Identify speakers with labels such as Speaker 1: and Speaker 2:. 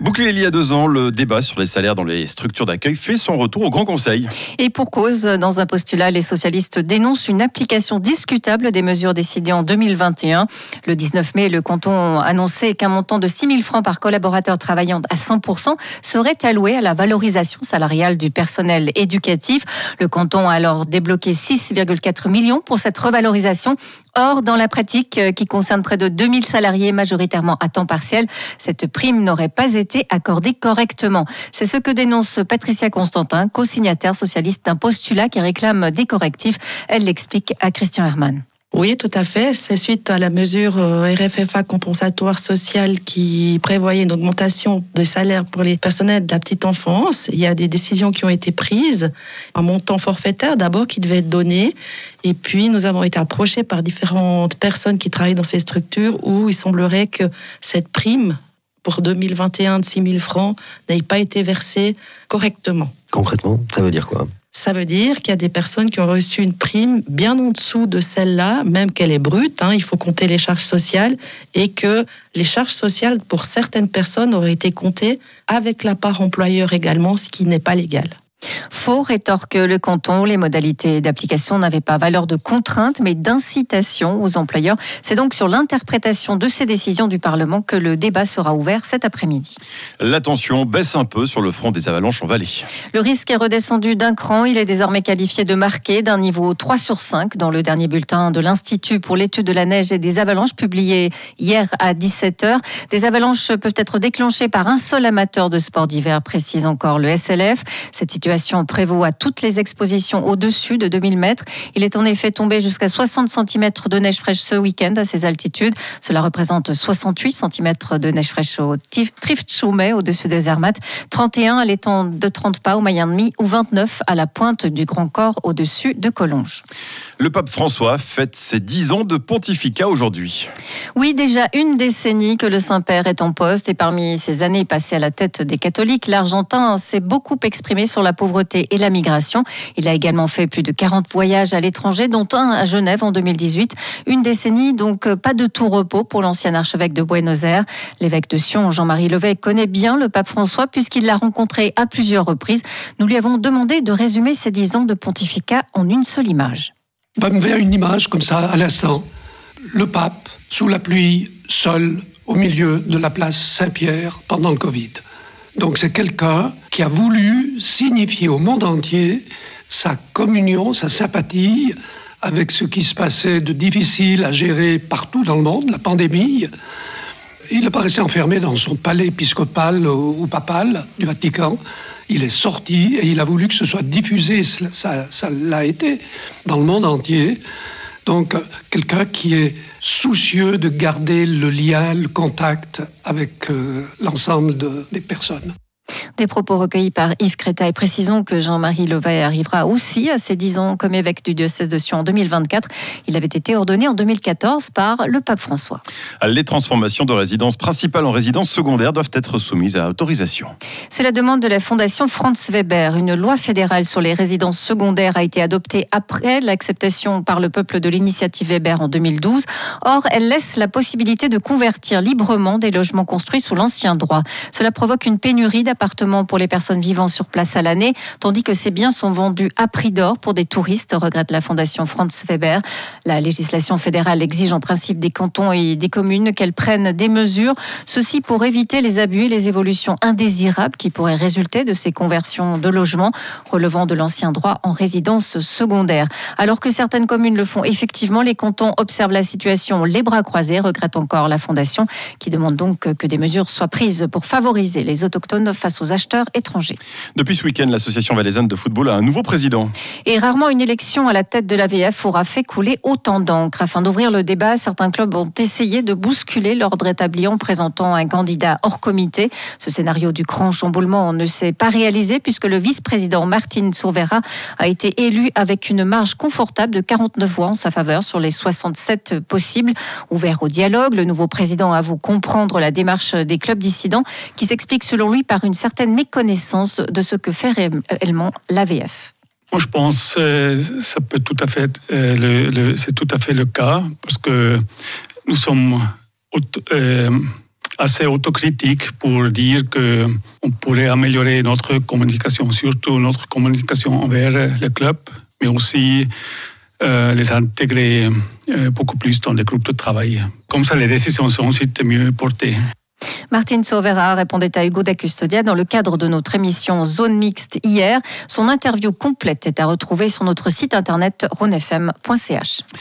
Speaker 1: Bouclé il y a 2 ans, le débat sur les salaires dans les structures d'accueil fait son retour au Grand Conseil.
Speaker 2: Et pour cause, dans un postulat, les socialistes dénoncent une application discutable des mesures décidées en 2021. Le 19 mai, le canton annonçait qu'un montant de 6 000 francs par collaborateur travaillant à 100% serait alloué à la valorisation salariale du personnel éducatif. Le canton a alors débloqué 6,4 millions pour cette revalorisation. Or, dans la pratique, qui concerne près de 2000 salariés majoritairement à temps partiel, cette prime n'aurait pas été accordée correctement. C'est ce que dénonce Patricia Constantin, co-signataire socialiste d'un postulat qui réclame des correctifs. Elle l'explique à Christian Herman.
Speaker 3: Oui, tout à fait. C'est suite à la mesure RFFA compensatoire sociale qui prévoyait une augmentation des salaires pour les personnels de la petite enfance. Il y a des décisions qui ont été prises, un montant forfaitaire d'abord qui devait être donné. Et puis, nous avons été approchés par différentes personnes qui travaillent dans ces structures où il semblerait que cette prime pour 2021 de 6 000 francs n'ait pas été versée correctement.
Speaker 4: Concrètement, ça veut dire quoi ?
Speaker 3: Ça veut dire qu'il y a des personnes qui ont reçu une prime bien en dessous de celle-là, même qu'elle est brute, il faut compter les charges sociales, et que les charges sociales, pour certaines personnes, auraient été comptées avec la part employeur également, ce qui n'est pas légal.
Speaker 2: Faux, rétorque le canton. Les modalités d'application n'avaient pas valeur de contrainte, mais d'incitation aux employeurs. C'est donc sur l'interprétation de ces décisions du Parlement que le débat sera ouvert cet après-midi.
Speaker 1: La tension baisse un peu sur le front des avalanches en vallée.
Speaker 2: Le risque est redescendu d'un cran. Il est désormais qualifié de marqué d'un niveau 3 sur 5 dans le dernier bulletin de l'Institut pour l'étude de la neige et des avalanches publié hier à 17h. Des avalanches peuvent être déclenchées par un seul amateur de sport d'hiver, précise encore le SLF. Cette situation prévaut à toutes les expositions au-dessus de 2000 mètres. Il est en effet tombé jusqu'à 60 cm de neige fraîche ce week-end à ces altitudes. Cela représente 68 cm de neige fraîche au Triftschoumet au-dessus des Zermatt, 31 à l'étang de 30 pas au Mayen-Demi ou 29 à la pointe du Grand Corps au-dessus de Collonges.
Speaker 1: Le pape François fête ses 10 ans de pontificat aujourd'hui.
Speaker 2: Oui, déjà une décennie que le Saint-Père est en poste et parmi ces années passées à la tête des catholiques, l'Argentin s'est beaucoup exprimé sur la pauvreté et la migration. Il a également fait plus de 40 voyages à l'étranger, dont un à Genève en 2018. Une décennie, donc pas de tout repos pour l'ancien archevêque de Buenos Aires. L'évêque de Sion, Jean-Marie Levet, connaît bien le pape François puisqu'il l'a rencontré à plusieurs reprises. Nous lui avons demandé de résumer ses 10 ans de pontificat en une seule image.
Speaker 5: Me vient une image comme ça à l'instant. Le pape, sous la pluie, seul, au milieu de la place Saint-Pierre pendant le Covid. Donc c'est quelqu'un qui a voulu signifier au monde entier sa communion, sa sympathie avec ce qui se passait de difficile à gérer partout dans le monde, la pandémie. Il n'est pas resté enfermé dans son palais épiscopal ou papal du Vatican. Il est sorti et il a voulu que ce soit diffusé, ça l'a été, dans le monde entier. Donc, quelqu'un qui est soucieux de garder le lien, le contact avec l'ensemble des personnes.
Speaker 2: Des propos recueillis par Yves Créta et précisons que Jean-Marie Levet arrivera aussi à ses 10 ans comme évêque du diocèse de Sion en 2024. Il avait été ordonné en 2014 par le pape François.
Speaker 1: Les transformations de résidence principale en résidence secondaire doivent être soumises à autorisation.
Speaker 2: C'est la demande de la Fondation Franz Weber. Une loi fédérale sur les résidences secondaires a été adoptée après l'acceptation par le peuple de l'initiative Weber en 2012. Or, elle laisse la possibilité de convertir librement des logements construits sous l'ancien droit. Cela provoque une pénurie d'appartements pour les personnes vivant sur place à l'année, tandis que ces biens sont vendus à prix d'or pour des touristes, regrette la Fondation Franz Weber. La législation fédérale exige en principe des cantons et des communes qu'elles prennent des mesures, ceci pour éviter les abus et les évolutions indésirables qui pourraient résulter de ces conversions de logements relevant de l'ancien droit en résidence secondaire. Alors que certaines communes le font effectivement, les cantons observent la situation les bras croisés, regrette encore la Fondation, qui demande donc que des mesures soient prises pour favoriser les autochtones face aux acheteurs étrangers.
Speaker 1: Depuis ce week-end, l'association valaisanne de football a un nouveau président.
Speaker 2: Et rarement une élection à la tête de l'AVF aura fait couler autant d'encre. Afin d'ouvrir le débat, certains clubs ont essayé de bousculer l'ordre établi en présentant un candidat hors comité. Ce scénario du grand chamboulement ne s'est pas réalisé puisque le vice-président Martin Survera a été élu avec une marge confortable de 49 voix en sa faveur sur les 67 possibles. Ouvert au dialogue, le nouveau président avoue comprendre la démarche des clubs dissidents qui s'explique selon lui par une certaine méconnaissance de ce que fait réellement l'AVF.
Speaker 6: Moi, je pense que ça peut tout à fait, c'est tout à fait le cas parce que nous sommes assez autocritique pour dire qu'on pourrait améliorer notre communication, surtout notre communication envers le club, mais aussi les intégrer beaucoup plus dans les groupes de travail. Comme ça, les décisions sont ensuite mieux portées.
Speaker 2: Martine Sauvera répondait à Hugo da Custodia dans le cadre de notre émission Zone Mixte hier. Son interview complète est à retrouver sur notre site internet rhônefm.ch.